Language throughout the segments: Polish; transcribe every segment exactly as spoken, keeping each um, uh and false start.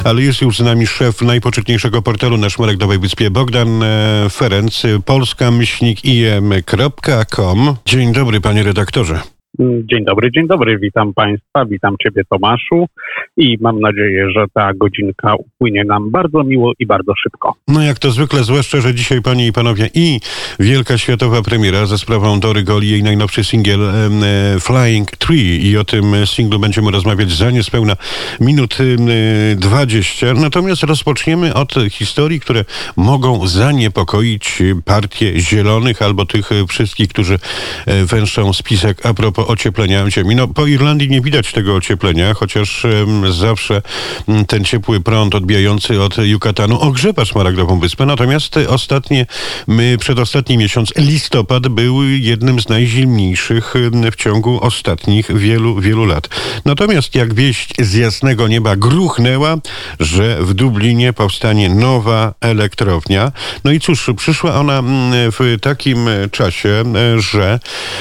Ale jest już z nami szef najpoczytniejszego portalu na Szmaragdowej Wyspie, Bogdan e, Ferenc, polska myślnik i m kropka com. Dzień dobry, panie redaktorze. Dzień dobry, dzień dobry. Witam państwa, witam ciebie, Tomaszu, i mam nadzieję, że ta godzinka upłynie nam bardzo miło i bardzo szybko. No jak to zwykle, zwłaszcza, że dzisiaj, panie i panowie, i wielka światowa premiera za sprawą Dory Goli, jej najnowszy singiel e, Flying Tree, i o tym singlu będziemy rozmawiać za niespełna minut dwadzieścia. Natomiast rozpoczniemy od historii, które mogą zaniepokoić partię Zielonych albo tych wszystkich, którzy węszczą spisek a propos ocieplenia Ziemi. No, po Irlandii nie widać tego ocieplenia, chociaż um, zawsze um, ten ciepły prąd odbijający od Yucatanu ogrzewa Szmaragdową Wyspę. Natomiast ostatnie, my, przedostatni miesiąc, listopad, był jednym z najzimniejszych um, w ciągu ostatnich wielu, wielu lat. Natomiast jak wieść z jasnego nieba gruchnęła, że w Dublinie powstanie nowa elektrownia. No i cóż, przyszła ona um, w takim czasie, że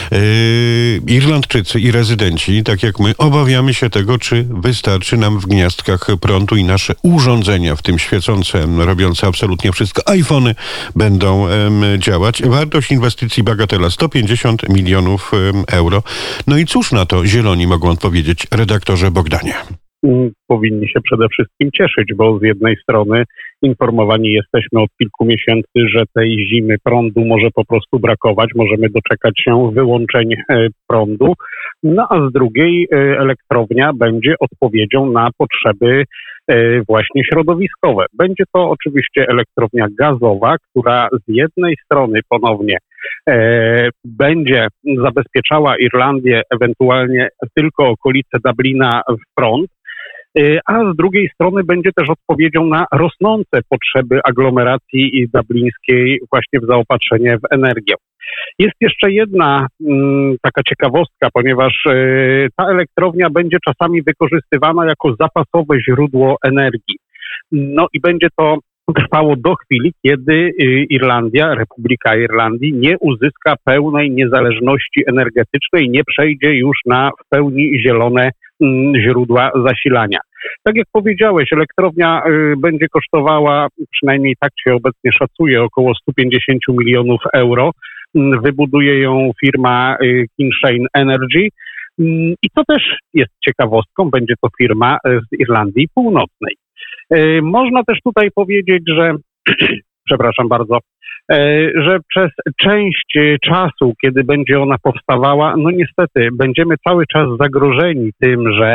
yy, Irlandczycy i rezydenci, tak jak my, obawiamy się tego, czy wystarczy nam w gniazdkach prądu i nasze urządzenia, w tym świecące, robiące absolutnie wszystko, iPhony, będą um, działać. Wartość inwestycji bagatela sto pięćdziesiąt milionów um, euro. No i cóż na to Zieloni mogą odpowiedzieć, redaktorze Bogdanie? Powinni się przede wszystkim cieszyć, bo z jednej strony informowani jesteśmy od kilku miesięcy, że tej zimy prądu może po prostu brakować, możemy doczekać się wyłączeń prądu, no a z drugiej elektrownia będzie odpowiedzią na potrzeby właśnie środowiskowe. Będzie to oczywiście elektrownia gazowa, która z jednej strony ponownie e, będzie zabezpieczała Irlandię, ewentualnie tylko okolice Dublina w prąd, a z drugiej strony będzie też odpowiedzią na rosnące potrzeby aglomeracji dublińskiej właśnie w zaopatrzenie w energię. Jest jeszcze jedna m, taka ciekawostka, ponieważ e, ta elektrownia będzie czasami wykorzystywana jako zapasowe źródło energii. No i będzie to trwało do chwili, kiedy Irlandia, Republika Irlandii nie uzyska pełnej niezależności energetycznej, nie przejdzie już na w pełni zielone m, źródła zasilania. Tak jak powiedziałeś, elektrownia y, będzie kosztowała, przynajmniej tak się obecnie szacuje, około sto pięćdziesiąt milionów euro. Wybuduje ją firma y, Kinsale Energy y, i co też jest ciekawostką, będzie to firma z Irlandii Północnej. Y, można też tutaj powiedzieć, że, przepraszam bardzo, y, że przez część czasu, kiedy będzie ona powstawała, no niestety będziemy cały czas zagrożeni tym, że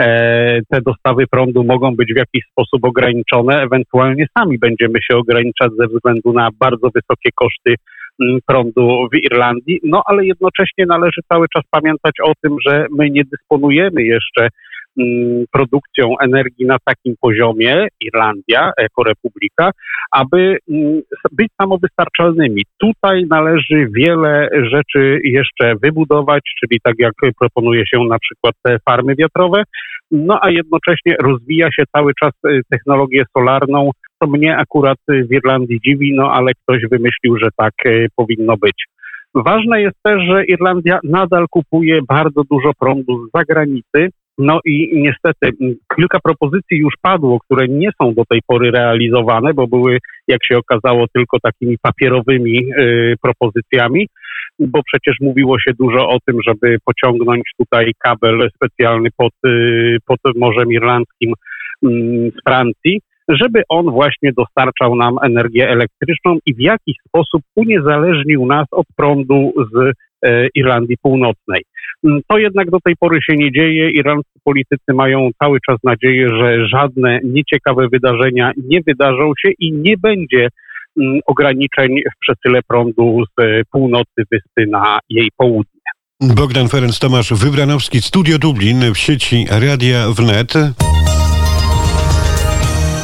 te dostawy prądu mogą być w jakiś sposób ograniczone, ewentualnie sami będziemy się ograniczać ze względu na bardzo wysokie koszty prądu w Irlandii, no ale jednocześnie należy cały czas pamiętać o tym, że my nie dysponujemy jeszcze produkcją energii na takim poziomie, Irlandia jako republika, aby być samowystarczalnymi. Tutaj należy wiele rzeczy jeszcze wybudować, czyli tak jak proponuje się na przykład te farmy wiatrowe, no a jednocześnie rozwija się cały czas technologię solarną, co mnie akurat w Irlandii dziwi, no ale ktoś wymyślił, że tak powinno być. Ważne jest też, że Irlandia nadal kupuje bardzo dużo prądu z zagranicy. No i niestety kilka propozycji już padło, które nie są do tej pory realizowane, bo były, jak się okazało, tylko takimi papierowymi y, propozycjami, bo przecież mówiło się dużo o tym, żeby pociągnąć tutaj kabel specjalny pod, y, pod Morzem Irlandzkim y, z Francji, żeby on właśnie dostarczał nam energię elektryczną i w jakiś sposób uniezależnił nas od prądu z e, Irlandii Północnej. To jednak do tej pory się nie dzieje. Irlandzcy politycy mają cały czas nadzieję, że żadne nieciekawe wydarzenia nie wydarzą się i nie będzie m, ograniczeń w przesyle prądu z północy wyspy na jej południe. Bogdan Ferenc, Tomasz Wybranowski, Studio Dublin w sieci Radia Wnet.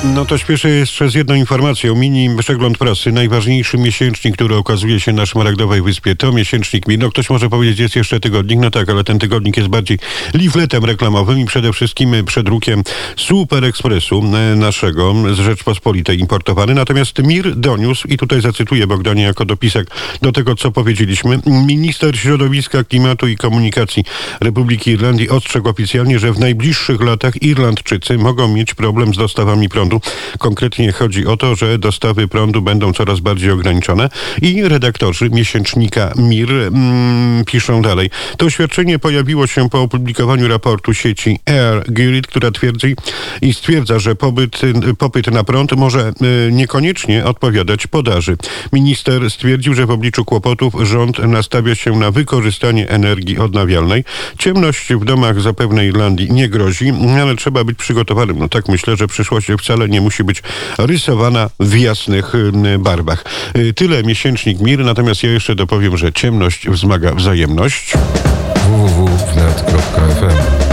No to śpieszę jeszcze z jedną informacją. Mini przegląd prasy. Najważniejszy miesięcznik, który okazuje się na Szmaragdowej Wyspie, to miesięcznik Mir. No ktoś może powiedzieć, jest jeszcze tygodnik. No tak, ale ten tygodnik jest bardziej leafletem reklamowym i przede wszystkim przedrukiem Super Expressu naszego z Rzeczpospolitej importowany. Natomiast Mir doniósł, i tutaj zacytuję Bogdanie jako dopisek do tego, co powiedzieliśmy. Minister Środowiska, Klimatu i Komunikacji Republiki Irlandii ostrzegł oficjalnie, że w najbliższych latach Irlandczycy mogą mieć problem z dostawami prądu. Konkretnie chodzi o to, że dostawy prądu będą coraz bardziej ograniczone i redaktorzy miesięcznika Mir mm, piszą dalej. To oświadczenie pojawiło się po opublikowaniu raportu sieci Air Grid, która twierdzi i stwierdza, że pobyt, popyt na prąd może y, niekoniecznie odpowiadać podaży. Minister stwierdził, że w obliczu kłopotów rząd nastawia się na wykorzystanie energii odnawialnej. Ciemność w domach zapewne Irlandii nie grozi, ale trzeba być przygotowanym. No tak myślę, że przyszłość wcale nie musi być rysowana w jasnych barwach. Tyle miesięcznik Mir, natomiast ja jeszcze dopowiem, że ciemność wzmaga wzajemność. w w w kropka wnet kropka f m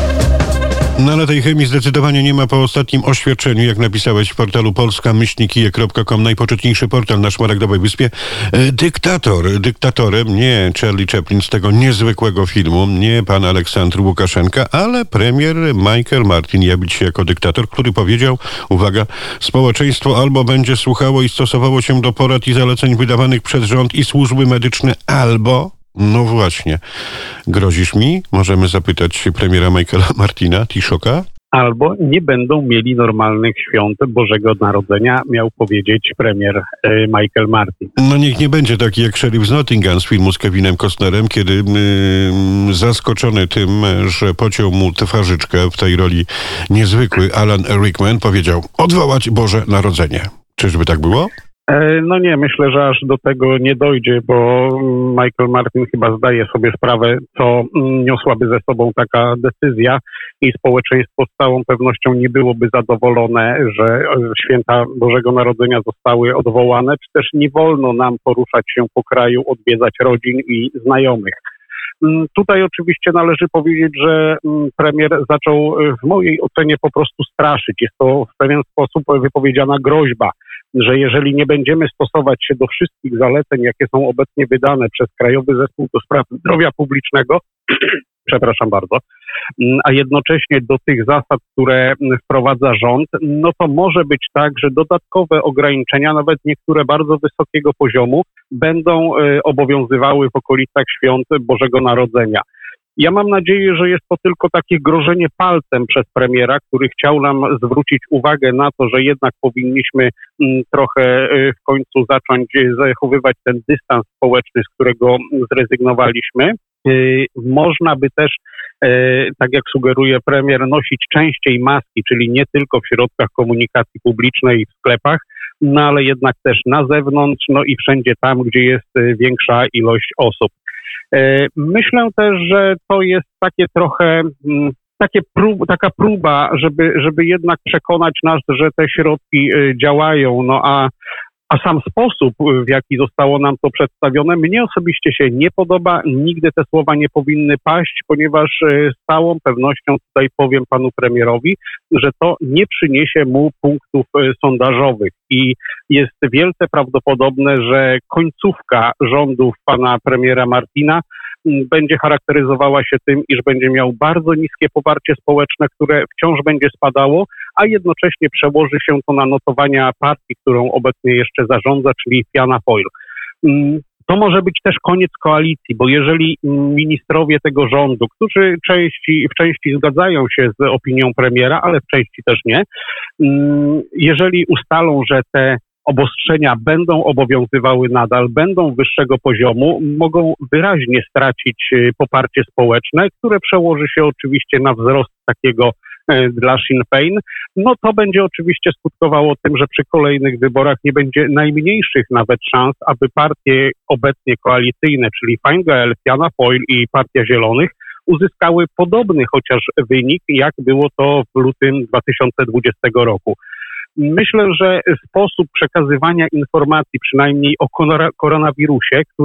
No ale tej chemii zdecydowanie nie ma po ostatnim oświadczeniu, jak napisałeś w portalu polska myślnik kije kropka com, najpoczytniejszy portal na Szmaragdowej Wyspie. Dyktator, dyktatorem nie Charlie Chaplin z tego niezwykłego filmu, nie pan Aleksandr Łukaszenka, ale premier Michael Martin jawi się jako dyktator, który powiedział, uwaga, społeczeństwo albo będzie słuchało i stosowało się do porad i zaleceń wydawanych przez rząd i służby medyczne, albo... No właśnie. Grozisz mi? Możemy zapytać premiera Michaela Martina Taoiseacha? Albo nie będą mieli normalnych świąt Bożego Narodzenia, miał powiedzieć premier y, Michael Martin. No niech nie będzie taki jak Sheriff z Nottingham z filmu z Kevinem Costnerem, kiedy yy, zaskoczony tym, że pociął mu twarzyczkę w tej roli niezwykły Alan Rickman powiedział odwołać Boże Narodzenie. Czyżby tak było? No nie, myślę, że aż do tego nie dojdzie, bo Michael Martin chyba zdaje sobie sprawę, co niosłaby ze sobą taka decyzja i społeczeństwo z całą pewnością nie byłoby zadowolone, że święta Bożego Narodzenia zostały odwołane, czy też nie wolno nam poruszać się po kraju, odwiedzać rodzin i znajomych. Tutaj oczywiście należy powiedzieć, że premier zaczął w mojej ocenie po prostu straszyć. Jest to w pewien sposób wypowiedziana groźba, że jeżeli nie będziemy stosować się do wszystkich zaleceń, jakie są obecnie wydane przez Krajowy Zespół do Spraw Zdrowia Publicznego, przepraszam bardzo, a jednocześnie do tych zasad, które wprowadza rząd, no to może być tak, że dodatkowe ograniczenia, nawet niektóre bardzo wysokiego poziomu, będą obowiązywały w okolicach świąt Bożego Narodzenia. Ja mam nadzieję, że jest to tylko takie grożenie palcem przez premiera, który chciał nam zwrócić uwagę na to, że jednak powinniśmy trochę w końcu zacząć zachowywać ten dystans społeczny, z którego zrezygnowaliśmy. Można by też, tak jak sugeruje premier, nosić częściej maski, czyli nie tylko w środkach komunikacji publicznej i w sklepach, no ale jednak też na zewnątrz, no i wszędzie tam, gdzie jest większa ilość osób. Myślę też, że to jest takie trochę, takie prób, taka próba, żeby, żeby jednak przekonać nas, że te środki działają, no a, a sam sposób, w jaki zostało nam to przedstawione, mnie osobiście się nie podoba, nigdy te słowa nie powinny paść, ponieważ z całą pewnością tutaj powiem panu premierowi, że to nie przyniesie mu punktów sondażowych i jest wielce prawdopodobne, że końcówka rządów pana premiera Martina będzie charakteryzowała się tym, iż będzie miał bardzo niskie poparcie społeczne, które wciąż będzie spadało, a jednocześnie przełoży się to na notowania partii, którą obecnie jeszcze zarządza, czyli Fianna Fáil. To może być też koniec koalicji, bo jeżeli ministrowie tego rządu, którzy części, w części zgadzają się z opinią premiera, ale w części też nie, jeżeli ustalą, że te obostrzenia będą obowiązywały nadal, będą wyższego poziomu, mogą wyraźnie stracić poparcie społeczne, które przełoży się oczywiście na wzrost takiego dla Sinn Féin, no to będzie oczywiście skutkowało tym, że przy kolejnych wyborach nie będzie najmniejszych nawet szans, aby partie obecnie koalicyjne, czyli Fine Gael, Fianna Fáil i Partia Zielonych, uzyskały podobny chociaż wynik, jak było to w lutym dwa tysiące dwudziestego roku. Myślę, że sposób przekazywania informacji, przynajmniej o koronawirusie, który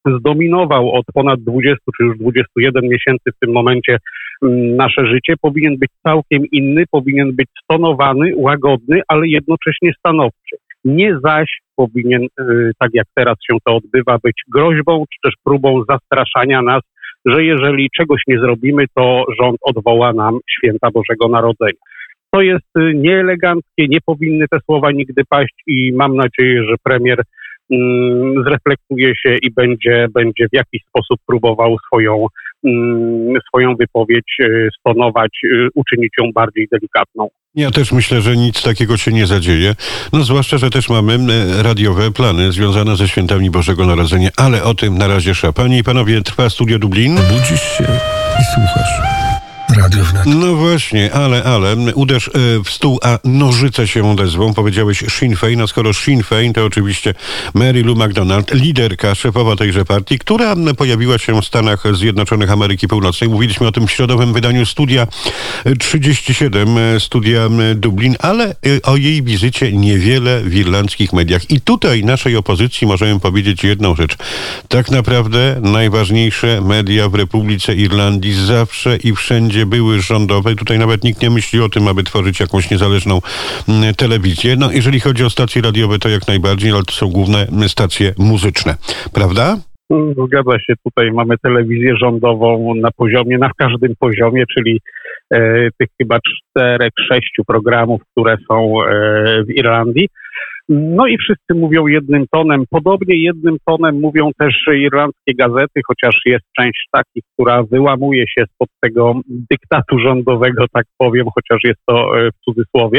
zdominował od ponad dwudziestu czy już dwudziestu jeden miesięcy w tym momencie nasze życie, powinien być całkiem inny, powinien być stonowany, łagodny, ale jednocześnie stanowczy. Nie zaś powinien, tak jak teraz się to odbywa, być groźbą czy też próbą zastraszania nas, że jeżeli czegoś nie zrobimy, to rząd odwoła nam święta Bożego Narodzenia. To jest nieeleganckie, nie powinny te słowa nigdy paść i mam nadzieję, że premier mm, zreflektuje się i będzie, będzie w jakiś sposób próbował swoją, mm, swoją wypowiedź stonować, uczynić ją bardziej delikatną. Ja też myślę, że nic takiego się nie zadzieje. No zwłaszcza, że też mamy radiowe plany związane ze świętami Bożego Narodzenia, ale o tym na razie sza. Panie i panowie, trwa Studio Dublin. Budzisz się i słuchasz. Radio Wnet. No właśnie, ale, ale, uderz w stół, a nożyce się odezwą. Powiedziałeś Sinn Féin, a skoro Sinn Féin, to oczywiście Mary Lou McDonald, liderka, szefowa tejże partii, która pojawiła się w Stanach Zjednoczonych Ameryki Północnej. Mówiliśmy o tym w środowym wydaniu Studia trzydzieści siedem, Studia Dublin, ale o jej wizycie niewiele w irlandzkich mediach. I tutaj naszej opozycji możemy powiedzieć jedną rzecz. Tak naprawdę najważniejsze media w Republice Irlandii zawsze i wszędzie były rządowe. Tutaj nawet nikt nie myśli o tym, aby tworzyć jakąś niezależną telewizję. No, jeżeli chodzi o stacje radiowe, to jak najbardziej, ale to są główne stacje muzyczne. Prawda? Zgadza się. Tutaj mamy telewizję rządową na poziomie, na każdym poziomie, czyli e, tych chyba czterech, sześciu programów, które są e, w Irlandii. No i wszyscy mówią jednym tonem. Podobnie jednym tonem mówią też irlandzkie gazety, chociaż jest część takich, która wyłamuje się spod tego dyktatu rządowego, tak powiem, chociaż jest to w cudzysłowie.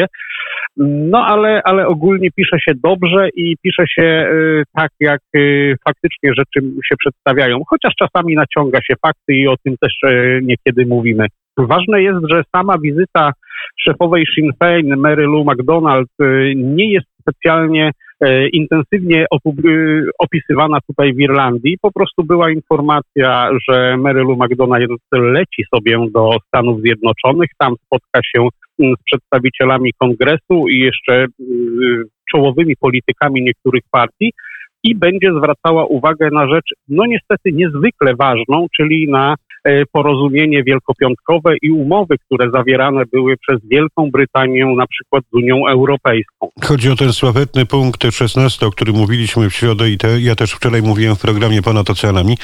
No ale, ale ogólnie pisze się dobrze i pisze się tak, jak faktycznie rzeczy się przedstawiają, chociaż czasami naciąga się fakty i o tym też niekiedy mówimy. Ważne jest, że sama wizyta szefowej Sinn Féin, Mary Lou McDonald, nie jest specjalnie e, intensywnie opu- opisywana tutaj w Irlandii. Po prostu była informacja, że Mary Lou McDonald leci sobie do Stanów Zjednoczonych, tam spotka się z przedstawicielami kongresu i jeszcze y, czołowymi politykami niektórych partii i będzie zwracała uwagę na rzecz, no niestety niezwykle ważną, czyli na porozumienie wielkopiątkowe i umowy, które zawierane były przez Wielką Brytanię, na przykład z Unią Europejską. Chodzi o ten sławetny punkt szesnasty, o którym mówiliśmy w środę i te, ja też wczoraj mówiłem w programie Ponad Oceanami.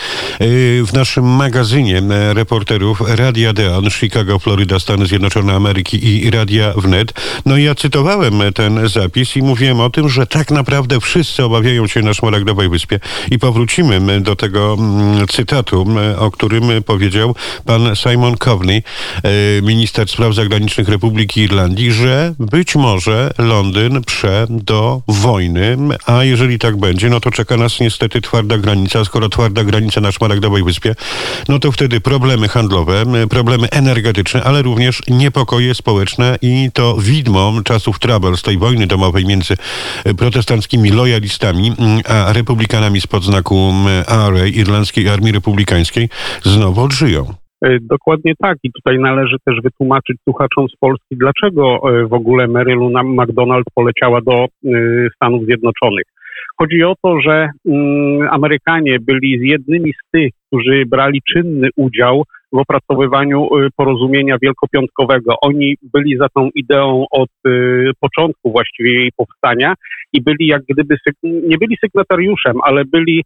W naszym magazynie reporterów Radia Deon, Chicago, Floryda, Stany Zjednoczone Ameryki i Radia Wnet. No ja cytowałem ten zapis i mówiłem o tym, że tak naprawdę wszyscy obawiają się na Szmaragdowej Wyspie i powrócimy do tego cytatu, o którym powiedział pan Simon Coveney, minister spraw zagranicznych Republiki Irlandii, że być może Londyn prze do wojny, a jeżeli tak będzie, no to czeka nas niestety twarda granica. Skoro twarda granica na Szmaragdowej Wyspie, no to wtedy problemy handlowe, problemy energetyczne, ale również niepokoje społeczne i to widmo czasów Trouble, z tej wojny domowej między protestanckimi lojalistami a republikanami spod znaku I R A, Irlandzkiej Armii Republikańskiej, znowu odżyją. Dokładnie tak i tutaj należy też wytłumaczyć słuchaczom z Polski, dlaczego w ogóle Mary Lou McDonald poleciała do Stanów Zjednoczonych. Chodzi o to, że Amerykanie byli z jednymi z tych, którzy brali czynny udział w opracowywaniu porozumienia wielkopiątkowego. Oni byli za tą ideą od początku właściwie jej powstania i byli jak gdyby, nie byli sygnatariuszem, ale byli,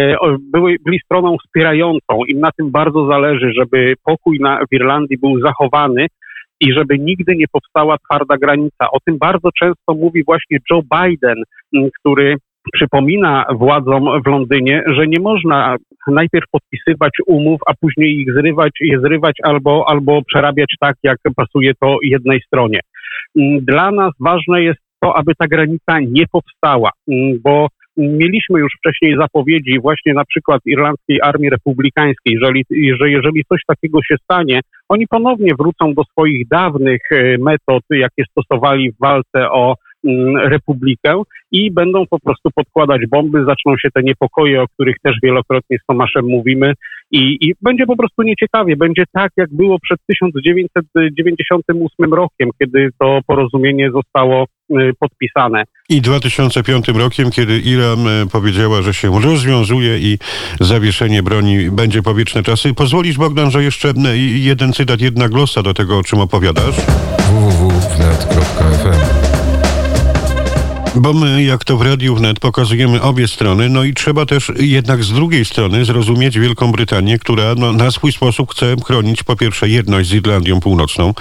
byli, byli stroną wspierającą. Im na tym bardzo zależy, żeby pokój na, w Irlandii był zachowany i żeby nigdy nie powstała twarda granica. O tym bardzo często mówi właśnie Joe Biden, który przypomina władzom w Londynie, że nie można najpierw podpisywać umów, a później ich zrywać, je zrywać albo, albo przerabiać tak, jak pasuje to jednej stronie. Dla nas ważne jest to, aby ta granica nie powstała, bo mieliśmy już wcześniej zapowiedzi właśnie na przykład Irlandzkiej Armii Republikańskiej, jeżeli, że jeżeli coś takiego się stanie, oni ponownie wrócą do swoich dawnych metod, jakie stosowali w walce o Republikę i będą po prostu podkładać bomby, zaczną się te niepokoje, o których też wielokrotnie z Tomaszem mówimy i, i będzie po prostu nieciekawie. Będzie tak, jak było przed tysiąc dziewięćset dziewięćdziesiątym ósmym rokiem, kiedy to porozumienie zostało podpisane. I dwa tysiące piątym rokiem, kiedy Iran powiedziała, że się rozwiązuje i zawieszenie broni będzie po wieczne czasy. Pozwolisz, Bogdan, że jeszcze jeden cytat, jedna glosa do tego, o czym opowiadasz? w w w kropka wnet kropka f m Bo my, jak to w Radiu Wnet, pokazujemy obie strony, no i trzeba też jednak z drugiej strony zrozumieć Wielką Brytanię, która no, na swój sposób chce chronić po pierwsze jedność z Irlandią Północną,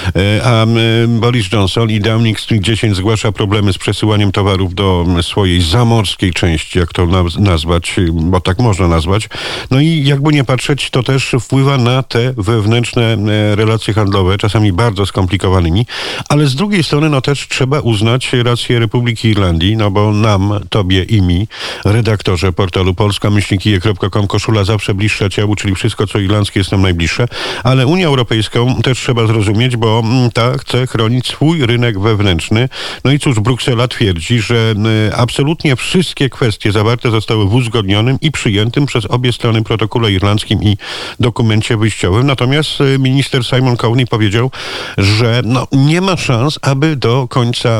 a Boris Johnson i Downing Street dziesięć zgłasza problemy z przesyłaniem towarów do swojej zamorskiej części, jak to nazwać, bo tak można nazwać. No i jakby nie patrzeć, to też wpływa na te wewnętrzne relacje handlowe, czasami bardzo skomplikowanymi, ale z drugiej strony no też trzeba uznać rację Republiki Irlandii, no bo nam, tobie i mi, redaktorze portalu polska myślnik kije kropka com, koszula zawsze bliższa ciału, czyli wszystko, co irlandzkie, jest nam najbliższe, ale Unię Europejską też trzeba zrozumieć, bo ta chce chronić swój rynek wewnętrzny. No i cóż, Bruksela twierdzi, że absolutnie wszystkie kwestie zawarte zostały w uzgodnionym i przyjętym przez obie strony protokole irlandzkim i dokumencie wyjściowym. Natomiast minister Simon Coveney powiedział, że no, nie ma szans, aby do końca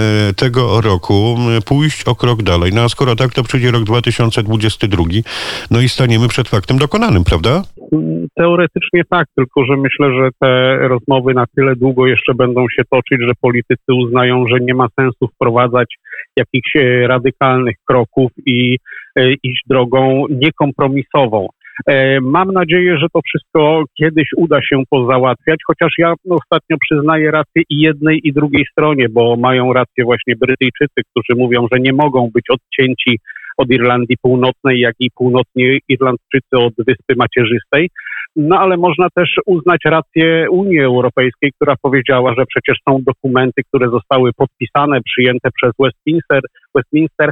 tego roku pójść o krok dalej. No a skoro tak, to przyjdzie rok dwa tysiące dwudziesty drugi, no i staniemy przed faktem dokonanym, prawda? Teoretycznie tak, tylko że myślę, że te rozmowy na tyle długo jeszcze będą się toczyć, że politycy uznają, że nie ma sensu wprowadzać jakichś radykalnych kroków i e, iść drogą niekompromisową. Mam nadzieję, że to wszystko kiedyś uda się pozałatwiać, chociaż ja ostatnio przyznaję rację i jednej, i drugiej stronie, bo mają rację właśnie Brytyjczycy, którzy mówią, że nie mogą być odcięci od Irlandii Północnej, jak i północni Irlandczycy od Wyspy Macierzystej. No ale można też uznać rację Unii Europejskiej, która powiedziała, że przecież są dokumenty, które zostały podpisane, przyjęte przez Westminster, Westminster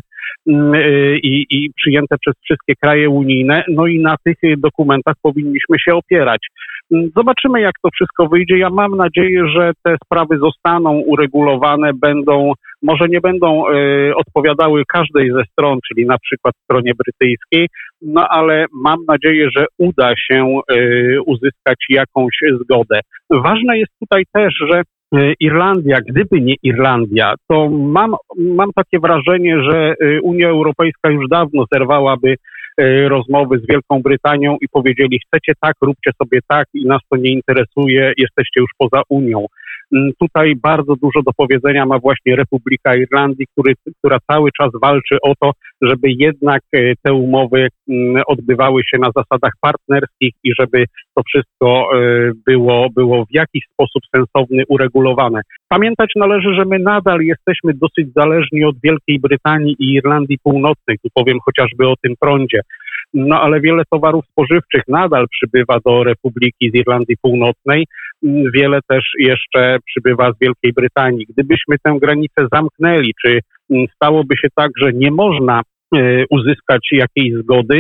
yy, i, i przyjęte przez wszystkie kraje unijne. No i na tych dokumentach powinniśmy się opierać. Zobaczymy, jak to wszystko wyjdzie. Ja mam nadzieję, że te sprawy zostaną uregulowane, będą, może nie będą y, odpowiadały każdej ze stron, czyli na przykład stronie brytyjskiej, no ale mam nadzieję, że uda się y, uzyskać jakąś zgodę. Ważne jest tutaj też, że Irlandia, gdyby nie Irlandia, to mam, mam takie wrażenie, że Unia Europejska już dawno zerwałaby rozmowy z Wielką Brytanią i powiedzieli: chcecie tak, róbcie sobie tak i nas to nie interesuje, jesteście już poza Unią. Tutaj bardzo dużo do powiedzenia ma właśnie Republika Irlandii, który, która cały czas walczy o to, żeby jednak te umowy odbywały się na zasadach partnerskich i żeby to wszystko było, było w jakiś sposób sensowny, uregulowane. Pamiętać należy, że my nadal jesteśmy dosyć zależni od Wielkiej Brytanii i Irlandii Północnej. Tu powiem chociażby o tym prądzie. No ale wiele towarów spożywczych nadal przybywa do Republiki z Irlandii Północnej. Wiele też jeszcze przybywa z Wielkiej Brytanii. Gdybyśmy tę granicę zamknęli, czy stałoby się tak, że nie można uzyskać jakiejś zgody,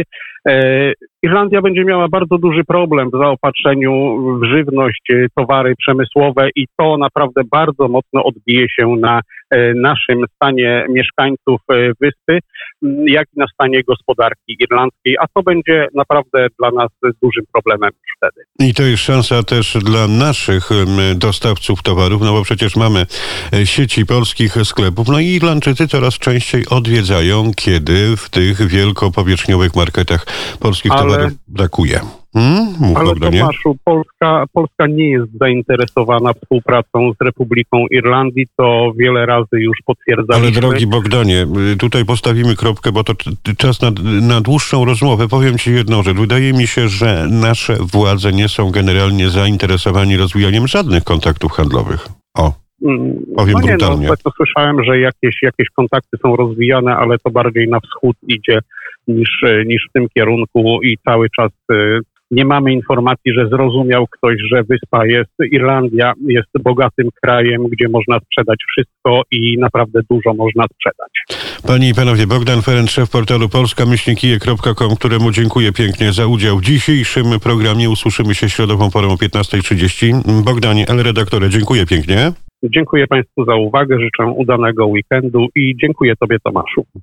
Irlandia będzie miała bardzo duży problem w zaopatrzeniu w żywność, towary przemysłowe i to naprawdę bardzo mocno odbije się na naszym stanie mieszkańców wyspy, jak i na stanie gospodarki irlandzkiej, a to będzie naprawdę dla nas dużym problemem już wtedy. I to jest szansa też dla naszych dostawców towarów, no bo przecież mamy sieci polskich sklepów, no i Irlandczycy coraz częściej odwiedzają, kiedy w tych wielkopowierzchniowych marketach polskich Ale... towarów brakuje. Hmm? Mów, Ale Bogdanie. Tomaszu, Polska, Polska nie jest zainteresowana współpracą z Republiką Irlandii, to wiele razy już potwierdzaliśmy. Ale drogi Bogdanie, tutaj postawimy kropkę, bo to czas na, na dłuższą rozmowę. Powiem ci jedną rzecz. Wydaje mi się, że nasze władze nie są generalnie zainteresowani rozwijaniem żadnych kontaktów handlowych. O. Powiem no nie, brutalnie. No, ostatnio słyszałem, że jakieś, jakieś kontakty są rozwijane, ale to bardziej na wschód idzie niż, niż w tym kierunku i cały czas nie mamy informacji, że zrozumiał ktoś, że wyspa jest, Irlandia jest bogatym krajem, gdzie można sprzedać wszystko i naprawdę dużo można sprzedać. Panie i panowie, Bogdan Ferenc, szef portalu polska myślnik kije kropka com, któremu dziękuję pięknie za udział w dzisiejszym programie. Usłyszymy się środową porą o piętnasta trzydzieści. Bogdanie, L redaktorze, dziękuję pięknie. Dziękuję Państwu za uwagę, życzę udanego weekendu i dziękuję Tobie, Tomaszu.